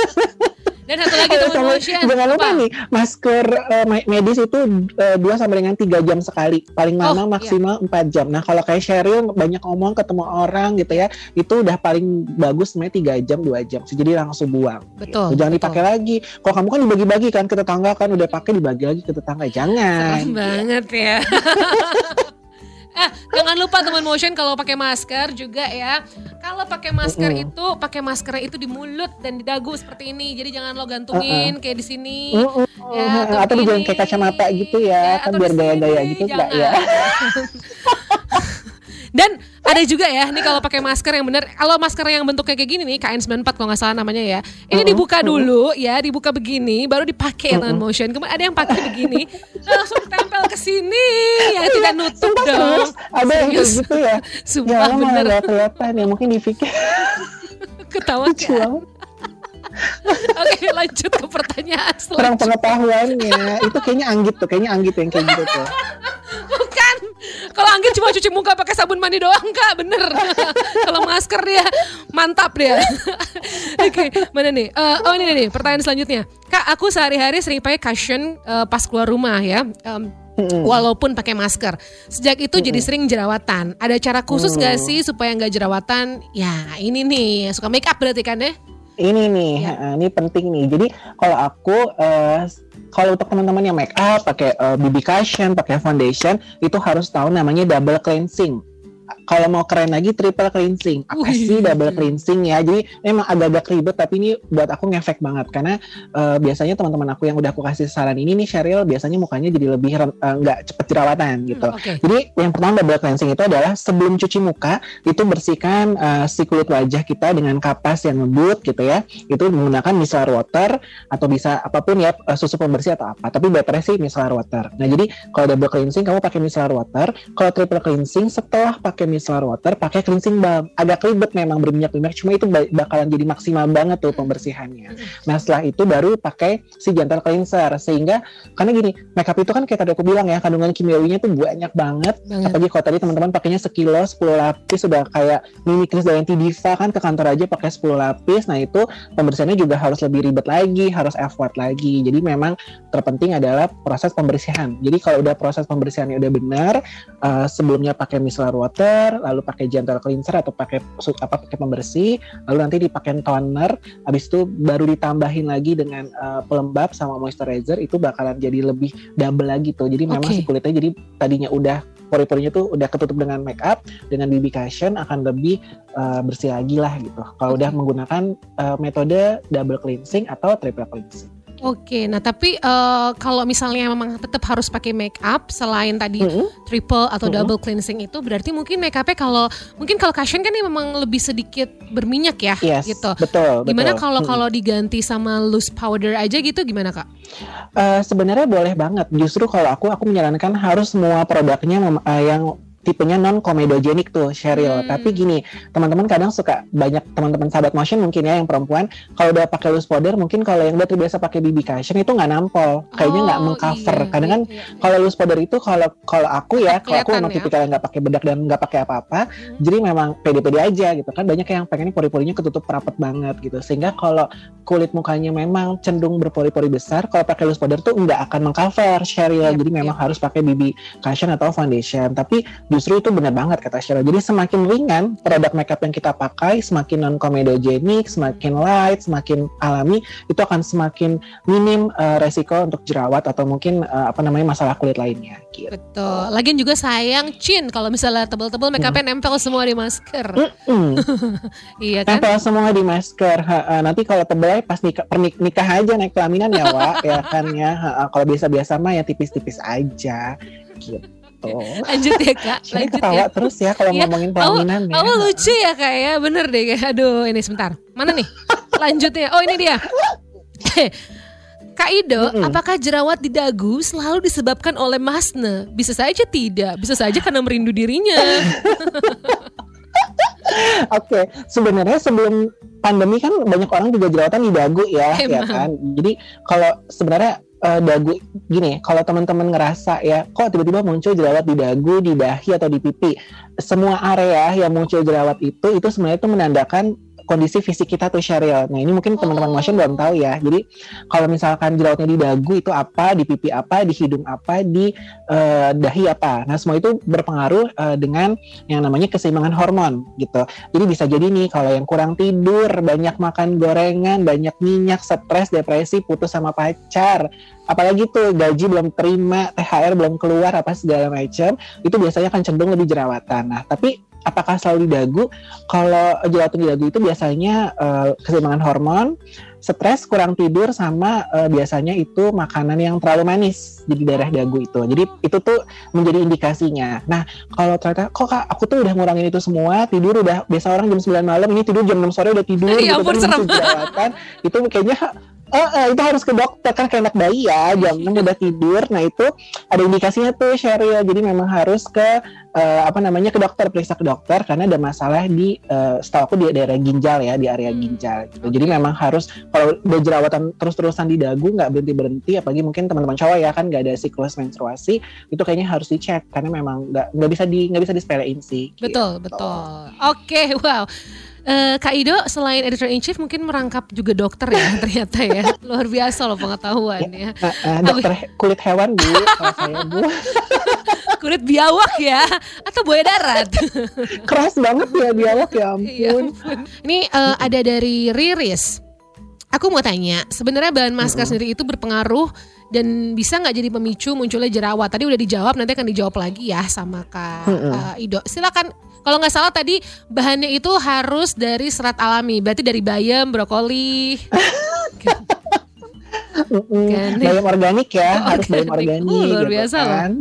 Dan satu lagi Eh, teman sama- motion. jangan lupa apa? nih masker eh, me- medis itu eh, dua sampai dengan tiga jam sekali, paling lama Oh, maksimal empat jam. Nah kalau kayak Sheryl banyak ngomong ketemu orang gitu ya, itu udah paling bagus sebenarnya tiga jam dua jam, jadi langsung buang. Betul, gitu. Jangan betul. dipakai lagi. Kalau kamu kan dibagi-bagi kan ke tetangga kan, udah pakai dibagi lagi ke tetangga, jangan. Serem banget ya. Eh, jangan lupa teman motion kalau pakai masker juga ya Kalau pakai masker Mm-mm. itu, pakai maskernya itu di mulut dan di dagu seperti ini. Jadi jangan lo gantungin uh-uh. kayak di sini. Uh-uh. Ya, atau, atau jangan kayak kacamata gitu ya, ya kan biar gaya-gaya gitu enggak ya. Dan ada juga ya, nih kalau pakai masker yang benar, kalau masker yang bentuknya kayak gini nih, K N sembilan puluh empat kalau nggak salah namanya ya. Ini uh-uh. dibuka dulu ya, dibuka begini, baru dipakai uh-uh. hand motion. Kemudian ada yang pakai begini, langsung tempel ke sini, yang tidak nutup Sumpah, dong. Serius? Ada yang kayak gitu ya? Sumpah ya, bener. Ya kelihatan ya, mungkin dipikir. Ketawa kan? Oke, lanjut ke pertanyaan selanjutnya. Kurang pengetahuannya, itu kayaknya Anggit tuh, kayaknya Anggit yang kayak gitu tuh. Bukan, kalau Anggit cuma cuci muka pakai sabun mandi doang kak, bener. Kalau masker dia mantap dia. Oke, mana nih? Uh, oh ini nih, pertanyaan selanjutnya. Kak, aku sehari-hari sering pakai cushion uh, pas keluar rumah ya. Um, Mm-mm. Walaupun pakai masker. Sejak itu Mm-mm. jadi sering jerawatan. Ada cara khusus mm. gak sih supaya gak jerawatan? Ya ini nih, suka make up berarti kan ya? Ini nih, ya. uh, ini penting nih. Jadi kalau aku, uh, kalau untuk teman-teman yang make up, pakai uh, B B cushion, pakai foundation, itu harus tahu namanya double cleansing. Kalau mau keren lagi triple cleansing. Apa Wih. sih double cleansing ya? Jadi memang agak-agak ribet, tapi ini buat aku ngefek banget karena uh, biasanya teman-teman aku yang udah aku kasih saran ini nih Sheryl, biasanya mukanya jadi lebih nggak uh, cepet jerawatan gitu. Hmm, okay. Jadi yang pertama double cleansing itu adalah sebelum cuci muka itu bersihkan uh, si kulit wajah kita dengan kapas yang lembut gitu ya. Itu menggunakan micellar water atau bisa apapun ya, uh, susu pembersih atau apa. Tapi betternya sih micellar water. Nah jadi kalau double cleansing kamu pakai micellar water. Kalau triple cleansing setelah pakai micellar water, pakai cleansing balm. Agak ribet memang berminyak-minyak, cuma itu bakalan jadi maksimal banget tuh pembersihannya. Nah setelah itu baru pakai si gentle cleanser, sehingga karena gini, makeup itu kan kayak tadi aku bilang ya, kandungan kimiawinya tuh banyak banget. banget. Apalagi kalau tadi teman-teman pakainya sekilo sepuluh lapis, sudah kayak Mimi Krisdayanti Diva kan ke kantor aja pakai sepuluh lapis. Nah itu pembersihannya juga harus lebih ribet lagi, harus effort lagi. Jadi memang terpenting adalah proses pembersihan. Jadi kalau udah proses pembersihannya udah benar, uh, sebelumnya pakai micellar water, lalu pakai gentle cleanser atau pakai apa pakai pembersih, lalu nanti dipakai toner, habis itu baru ditambahin lagi dengan uh, pelembab sama moisturizer, itu bakalan jadi lebih double lagi tuh. Jadi memang okay. si kulitnya jadi tadinya udah pori-porinya tuh udah ketutup dengan make up, dengan B B cushion akan lebih uh, bersih lagi lah gitu. Kalau okay. udah menggunakan uh, metode double cleansing atau triple cleansing. Oke, nah tapi uh, kalau misalnya memang tetap harus pakai make up selain tadi mm-hmm. triple atau mm-hmm. double cleansing itu, berarti mungkin make upnya kalau mungkin kalau cushion kan ini memang lebih sedikit berminyak ya, yes, gitu. Betul. Gimana betul. kalau mm-hmm. kalau diganti sama loose powder aja gitu, gimana kak? Uh, sebenarnya boleh banget. Justru kalau aku aku menyarankan harus semua produknya mem- uh, yang tipenya non komedogenik tuh Sheryl. Hmm. Tapi gini, teman-teman kadang suka banyak teman-teman sahabat motion mungkin ya yang perempuan kalau udah pakai loose powder, mungkin kalau yang udah terbiasa pakai B B cushion itu nggak nampol, kayaknya nggak oh, mengcover. Iya, kadang kan iya, iya. kalau loose powder itu kalau kalau aku ya, kalau aku memang ya. tipikal yang nggak pakai bedak dan nggak pakai apa-apa, hmm. jadi memang pede-pede aja gitu kan. Banyak yang pengen pori-porinya ketutup rapat banget gitu, sehingga kalau kulit mukanya memang cenderung berpori-pori besar, kalau pakai loose powder tuh nggak akan mengcover Sheryl. Yep, jadi memang yep. harus pakai B B cushion atau foundation. Tapi justru itu benar banget kata Sheryl. Jadi semakin ringan produk makeup yang kita pakai, semakin non-komedogenik, semakin light, semakin alami, itu akan semakin minim uh, resiko untuk jerawat atau mungkin uh, apa namanya masalah kulit lainnya. Gitu. Betul. Lagian juga sayang chin kalau misalnya tebal-tebal makeupnya hmm. nempel semua di masker. Iya kan? Nempel semua di masker. Ha, uh, nanti kalau tebal pas nikah, pernik, nikah aja naik pelaminan ya Wak, ya kan ya. Ha, uh, kalau biasa-biasa mah ya tipis-tipis aja. Gitu. Oh. Lanjut ya kak, lanjut ketawa ya. terus ya kalau ya, ngomongin pelaminan ya. Oh lucu ya kak ya, bener deh. Aduh ini sebentar, mana nih lanjutnya? Oh ini dia. Kak Ido, mm-mm. apakah jerawat di dagu selalu disebabkan oleh masne? Bisa saja tidak, bisa saja karena merindu dirinya. Oke, okay. Sebenarnya sebelum pandemi kan banyak orang juga jerawatan di dagu ya, Emang. ya kan. Jadi kalau sebenarnya Uh, dagu gini, kalau teman-teman ngerasa ya kok tiba-tiba muncul jerawat di dagu, di dahi atau di pipi, semua area yang muncul jerawat itu itu sebenarnya itu menandakan kondisi fisik kita tuh Sheryl. Nah ini mungkin teman-teman motion belum tahu ya. Jadi kalau misalkan jerawatnya di dagu itu apa, di pipi apa, di hidung apa, di uh, dahi apa. Nah semua itu berpengaruh uh, dengan yang namanya keseimbangan hormon gitu. Jadi bisa jadi nih kalau yang kurang tidur, banyak makan gorengan, banyak minyak, stres, depresi, putus sama pacar, apalagi tuh gaji belum terima, T H R belum keluar, apa segala macam, itu biasanya akan cenderung lebih jerawatan. Nah tapi apakah selalu di dagu? Kalau jerawatan di dagu itu biasanya uh, keseimbangan hormon, stres, kurang tidur, sama uh, biasanya itu makanan yang terlalu manis di daerah dagu itu. Jadi itu tuh menjadi indikasinya. Nah, kalau ternyata kok Kak, aku tuh udah ngurangin itu semua, tidur udah biasa orang jam sembilan malam, ini tidur jam enam sore udah tidur Ya gitu ampun, kan, serem. masih jerawatan. Itu kayaknya Eh, eh, itu harus ke dokter kan, kayak anak bayi ya, jam enam udah tidur. Nah itu ada indikasinya tuh Sheryl. Jadi memang harus ke uh, apa namanya ke dokter, periksa ke dokter karena ada masalah di uh, setahu aku di daerah ginjal ya, di area ginjal gitu. Jadi memang harus, kalau udah jerawatan terus-terusan di dagu nggak berhenti-berhenti, apalagi mungkin teman-teman cowok ya kan nggak ada siklus menstruasi, itu kayaknya harus dicek karena memang nggak nggak bisa di nggak bisa disepelein sih. Betul, gitu. betul. Oke, wow. Uh, Kak Ido selain editor in chief mungkin merangkap juga dokter ya ternyata ya. Luar biasa loh pengetahuan ya. Uh, uh, dokter he- kulit hewan Bu, kalau saya Bu. Kulit biawak ya atau buaya darat. Keras banget ya biawak, ya ampun. Ya ampun. Ini uh, ada dari Riris. Aku mau tanya, sebenarnya bahan masker mm-hmm. sendiri itu berpengaruh dan bisa nggak jadi pemicu munculnya jerawat? Tadi udah dijawab, nanti akan dijawab lagi ya sama Kak mm-hmm. uh, Ido. Silakan. Kalau nggak salah tadi bahannya itu harus dari serat alami, berarti dari bayam, brokoli. Kan. Kan. Bayam organik ya, oh, harus organik. Bayam organik. Uh, luar gitu biasa kan.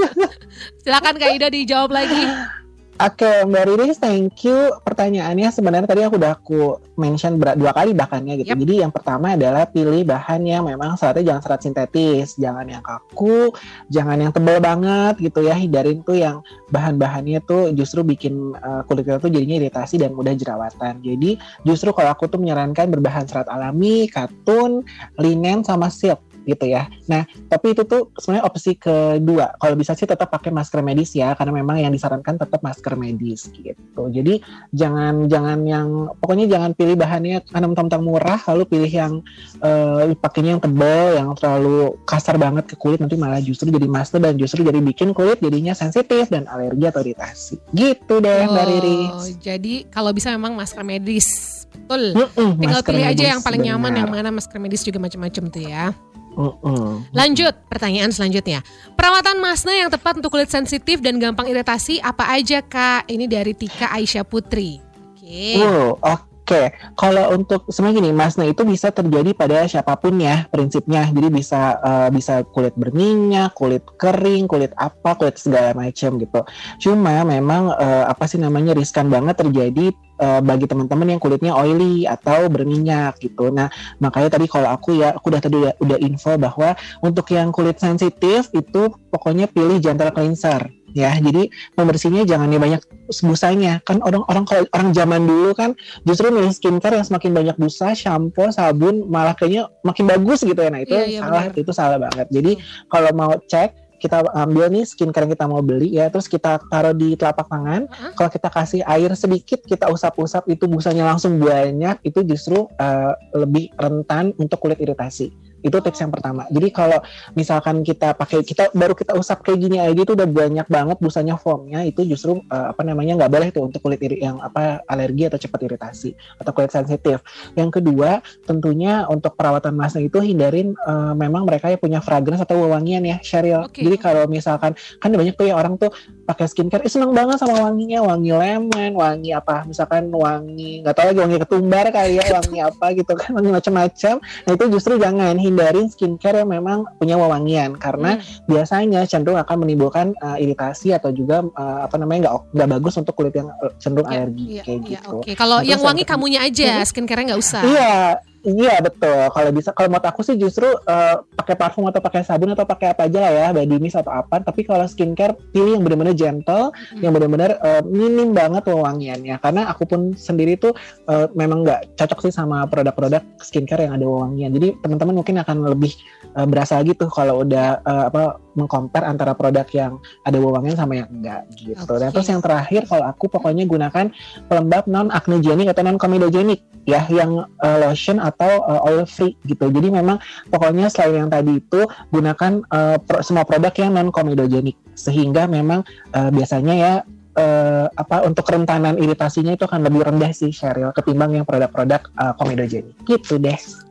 Silakan Kak Ido dijawab lagi. Oke, Mbak Riris, thank you. Pertanyaannya sebenarnya tadi aku udah aku mention ber- dua kali bahkannya gitu. Yep. Jadi yang pertama adalah pilih bahan yang memang seratnya jangan serat sintetis, jangan yang kaku, jangan yang tebal banget gitu ya. Hindarin tuh yang bahan-bahannya tuh justru bikin uh, kulit kita tuh jadinya iritasi dan mudah jerawatan. Jadi justru kalau aku tuh menyarankan berbahan serat alami, katun, linen, sama silk gitu ya. Nah, tapi itu tuh sebenarnya opsi kedua. Kalau bisa sih tetap pakai masker medis ya, karena memang yang disarankan tetap masker medis gitu. Jadi jangan jangan yang pokoknya jangan pilih bahannya karena mentang-mentang murah lalu pilih yang uh, pakainya yang tebal, yang terlalu kasar banget ke kulit, nanti malah justru jadi master dan justru jadi bikin kulit jadinya sensitif dan alergi atau iritasi. Gitu deh, Mbak Riris. Oh, jadi kalau bisa memang masker medis. Betul. Mm-mm, tinggal pilih medis, aja yang paling benar. nyaman, yang mana masker medis juga macam-macam tuh ya. Uh-uh. Lanjut, pertanyaan selanjutnya. Perawatan masne yang tepat untuk kulit sensitif dan gampang iritasi apa aja Kak? Ini dari Tika Aisyah Putri. Oke. Okay. Oh, oke. Oke, kalau untuk sebenarnya gini, masne itu bisa terjadi pada siapapun ya prinsipnya. Jadi bisa uh, bisa kulit berminyak, kulit kering, kulit apa, kulit segala macam gitu. Cuma memang uh, apa sih namanya riskan banget terjadi uh, bagi teman-teman yang kulitnya oily atau berminyak gitu. Nah, makanya tadi kalau aku ya, aku udah tadi udah, udah info bahwa untuk yang kulit sensitif itu pokoknya pilih gentle cleanser. Ya, jadi pembersihnya jangan yang banyak busanya. Kan orang-orang kalau orang zaman dulu kan justru milih skincare yang semakin banyak busa, shampoo, sabun malah kayaknya makin bagus gitu ya. Nah, itu iya, iya, salah, benar. Itu salah banget. Jadi kalau mau cek, kita ambil nih skincare yang kita mau beli ya, terus kita taruh di telapak tangan. Uh-huh. Kalau kita kasih air sedikit, kita usap-usap itu busanya langsung banyak, itu justru uh, lebih rentan untuk kulit iritasi. Itu tips yang pertama. Jadi kalau misalkan kita pakai kita baru kita usap kayak gini aja itu udah banyak banget busanya, foamnya, itu justru uh, apa namanya nggak boleh tuh untuk kulit iri yang apa alergi atau cepat iritasi atau kulit sensitif. Yang kedua tentunya untuk perawatan masne itu hindarin uh, memang mereka yang punya fragrance atau wewangian ya, Sheryl. Okay. Jadi kalau misalkan kan banyak tuh ya orang tuh pakai skincare, eh, seneng banget sama wanginya, wangi lemon, wangi apa, misalkan wangi nggak tahu lagi wangi ketumbar kali ya, wangi apa gitu kan, wangi macam-macam. Nah itu justru jangan hindarin skincare yang memang punya wewangian karena hmm. biasanya cenderung akan menimbulkan uh, iritasi atau juga uh, apa namanya nggak nggak bagus untuk kulit yang cenderung ya, alergi ya, kayak ya, gitu. Okay. Kalau nah, yang wangi kamunya aja, hmm. skincare-nya nggak usah. Iya. Iya betul. Kalau bisa, kalau menurut aku sih justru uh, pakai parfum atau pakai sabun atau pakai apa aja lah ya, body mist atau apa. Tapi kalau skincare pilih yang benar-benar gentle, mm-hmm. yang benar-benar uh, minim banget wewangiannya. Karena aku pun sendiri tuh uh, memang nggak cocok sih sama produk-produk skincare yang ada wewangian. Jadi teman-teman mungkin akan lebih uh, berasa gitu kalau udah uh, apa mengcompare antara produk yang ada wewangian sama yang enggak gitu. Okay. Dan terus yang terakhir kalau aku pokoknya gunakan pelembab non acnegenic atau non comedogenic ya, yang uh, lotion atau uh, oil free gitu. Jadi memang pokoknya selain yang tadi itu gunakan uh, pro, semua produk yang non comedogenic sehingga memang uh, biasanya ya uh, apa untuk kerentanan iritasinya itu akan lebih rendah sih Sheryl ketimbang yang produk-produk uh, comedogenic gitu deh. Oke,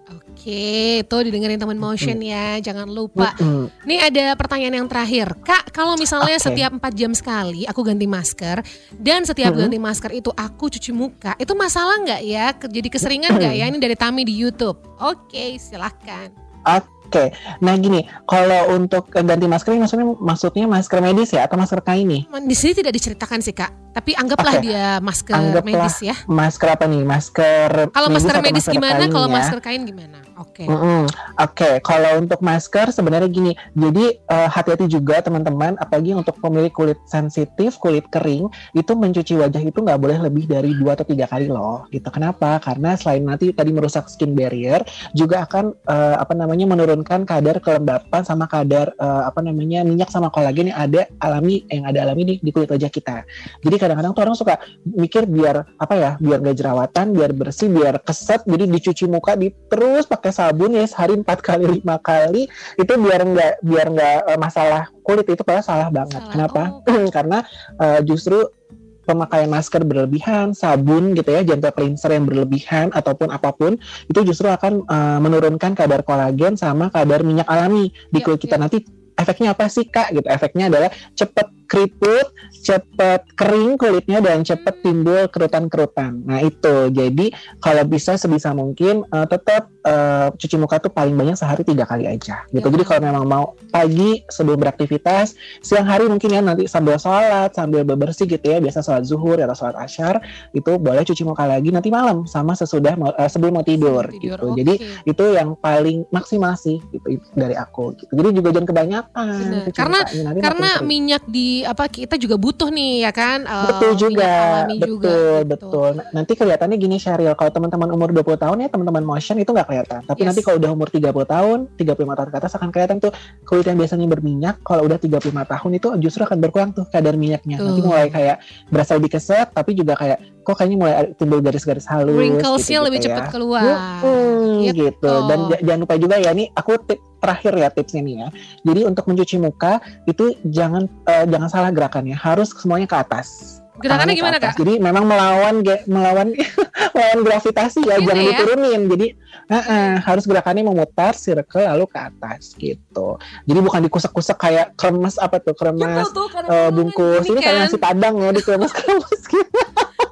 Oke, tuh didengerin teman motion ya, jangan lupa. Mm-mm. Nih ada pertanyaan yang terakhir, Kak. Kalau misalnya Oke. setiap empat jam sekali aku ganti masker dan setiap Mm-mm. ganti masker itu aku cuci muka, itu masalah nggak ya? Ke- Jadi keseringan nggak ya? Ini dari Tami di YouTube. Oke, silahkan. Oke, nah gini, kalau untuk ganti masker ini maksudnya maksudnya masker medis ya atau masker kain nih? Di sini tidak diceritakan sih Kak, tapi anggaplah Oke. dia masker Anggaplah medis ya. Masker apa nih? Masker Kalau masker atau medis masker gimana? kain Kalau ya? masker kain gimana? Oke. Mm-mm. Oke, kalau untuk masker sebenarnya gini, jadi eh, hati-hati juga teman-teman, apalagi untuk pemilik kulit sensitif, kulit kering, itu mencuci wajah itu nggak boleh lebih dari dua atau tiga kali loh. Gitu. Kenapa? Karena selain nanti tadi merusak skin barrier, juga akan eh, apa namanya menurunkan kadar kelembapan sama kadar eh, apa namanya minyak sama kolagen yang ada alami yang ada alami di, di kulit wajah kita. Jadi kadang-kadang tuh orang suka mikir biar apa ya, biar nggak jerawatan, biar bersih, biar keset, jadi dicuci muka di terus pakai sabun ya sehari empat kali lima kali itu biar nggak biar nggak eh, masalah kulit itu padahal salah banget. Salah. Kenapa? Oh. Karena eh, justru pemakaian masker berlebihan, sabun gitu ya, gentle cleanser yang berlebihan ataupun apapun itu justru akan eh, menurunkan kadar kolagen sama kadar minyak alami di Yap, kulit kita. yap. Nanti efeknya apa sih Kak? Gitu. Efeknya adalah cepet keriput, cepet kering kulitnya dan cepet timbul kerutan-kerutan. Nah itu, jadi kalau bisa sebisa mungkin uh, tetap uh, cuci muka tuh paling banyak sehari tiga kali aja. Gitu. Ya. Jadi kalau memang mau pagi sebelum beraktivitas, siang hari mungkin ya nanti sambil sholat, sambil bebersih gitu ya, biasa sholat zuhur atau sholat asyar, itu boleh cuci muka lagi nanti malam sama sesudah mau- uh, sebelum mau tidur. Tidur, Gitu. oke. Jadi itu yang paling maksimal sih gitu, itu dari aku. Gitu. Jadi juga jangan kebanyakan. Benar. cuci Karena- mukanya, nanti Karena makin kering. minyak di apa kita juga butuh nih ya kan? Eh, Betul juga, minyak alami betul, juga, gitu. betul. Nah, nanti kelihatannya gini Sheryl, kalau teman-teman umur dua puluh tahun ya teman-teman motion itu nggak kelihatan. Tapi Yes. nanti kalau udah umur tiga puluh tahun, tiga puluh lima tahun ke atas akan kelihatan tuh kulit yang biasanya berminyak, kalau udah tiga puluh lima tahun itu justru akan berkurang tuh kadar minyaknya. Nanti Tuh. mulai kayak berasa lebih keset, tapi juga kayak kok kayaknya mulai ada- timbul garis-garis halus. Wrinkles-nya gitu-gitu lebih ya. cepat keluar. Hmm, Gitu. gitu. Dan j- jangan lupa juga ya nih, aku tip terakhir ya tipsnya nih ya. Jadi untuk mencuci muka itu jangan eh, jangan salah gerakannya, harus semuanya ke atas. Gerakannya Tangannya ke gimana atas. Kak? Jadi memang melawan ge- melawan melawan gravitasi ya, Gitu jangan ya? diturunin. Jadi eh, eh, harus gerakannya memutar circle lalu ke atas gitu. Jadi bukan dikusek-kusek kayak kremes apa tuh kremes Gitu tuh, eh, kadang-kadang bungkus. gini Ini kayak kan. nasi padang ya dikremes-kremes gitu.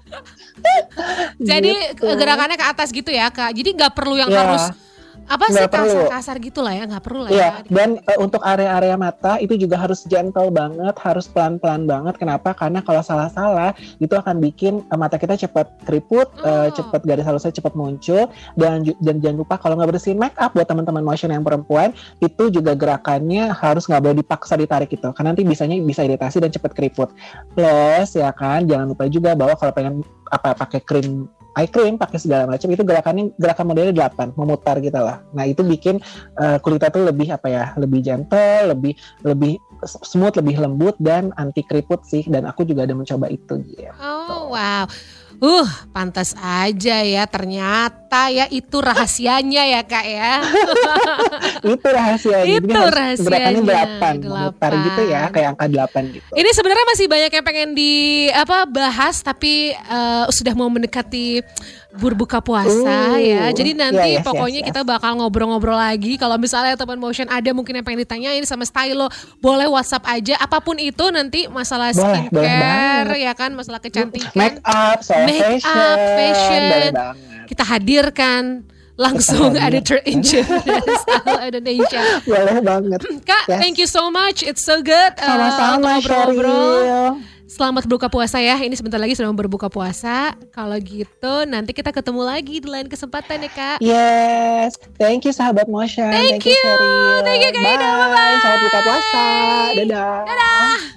Jadi Gitu. gerakannya ke atas gitu ya Kak. Jadi nggak perlu yang Ya. harus apa sih Nggak perlu. kasar-kasar gitu lah ya, nggak perlu lah Iya, ya. dan eh, untuk area-area mata itu juga harus gentle banget, harus pelan-pelan banget. Kenapa? Karena kalau salah-salah itu akan bikin eh, mata kita cepat keriput, Oh. eh, cepat garis halusnya cepat muncul. Dan ju- dan jangan lupa kalau nggak bersihin make up buat teman-teman motion yang perempuan itu juga gerakannya harus nggak boleh dipaksa ditarik gitu. Karena nanti bisanya bisa iritasi dan cepat keriput. Plus ya kan, jangan lupa juga bahwa kalau pengen apa pakai krim eye cream, pakai segala macam itu gerakannya gerakan modelnya delapan, memutar gitu lah. Nah, itu bikin uh, kulit kita tuh lebih apa ya, lebih gentle, lebih lebih smooth, lebih lembut dan anti keriput sih. Dan aku juga ada mencoba itu gitu. Oh wow. Uh, pantas aja ya, ternyata ya itu rahasianya ya Kak ya. Itu rahasianya. Jadi Itu harus rahasianya, gerakannya delapan, memutar delapan. gitu ya, kayak angka delapan gitu. Ini sebenarnya masih banyak yang pengen di apa bahas, tapi eh, sudah mau mendekati berbuka puasa Uh, ya. Jadi nanti iya, yes, pokoknya yes, yes. kita bakal ngobrol-ngobrol lagi. Kalau misalnya teman motion ada mungkin yang pengen ditanyain sama Stylo, boleh WhatsApp aja. Apapun itu nanti masalah Boleh, boleh skincare banget. ya kan, masalah kecantikan. Make up, soal Make up, fashion, fashion. boleh banget. Kita hadirkan langsung Kita hadir. editor in chief dari Style Indonesia. Boleh banget. Kak, Yes. thank you so much. It's so good. uh, Sama-sama, untuk ngobrol-ngobrol. Sheryl. Selamat berbuka puasa ya. Ini sebentar lagi sudah mau berbuka puasa. Kalau gitu nanti kita ketemu lagi di lain kesempatan ya Kak. Yes, thank you sahabat motion. Thank you, you. Sheryl. Thank you, Kak Ida. Bye. Bye-bye. Selamat buka puasa. Dadah. Dadah.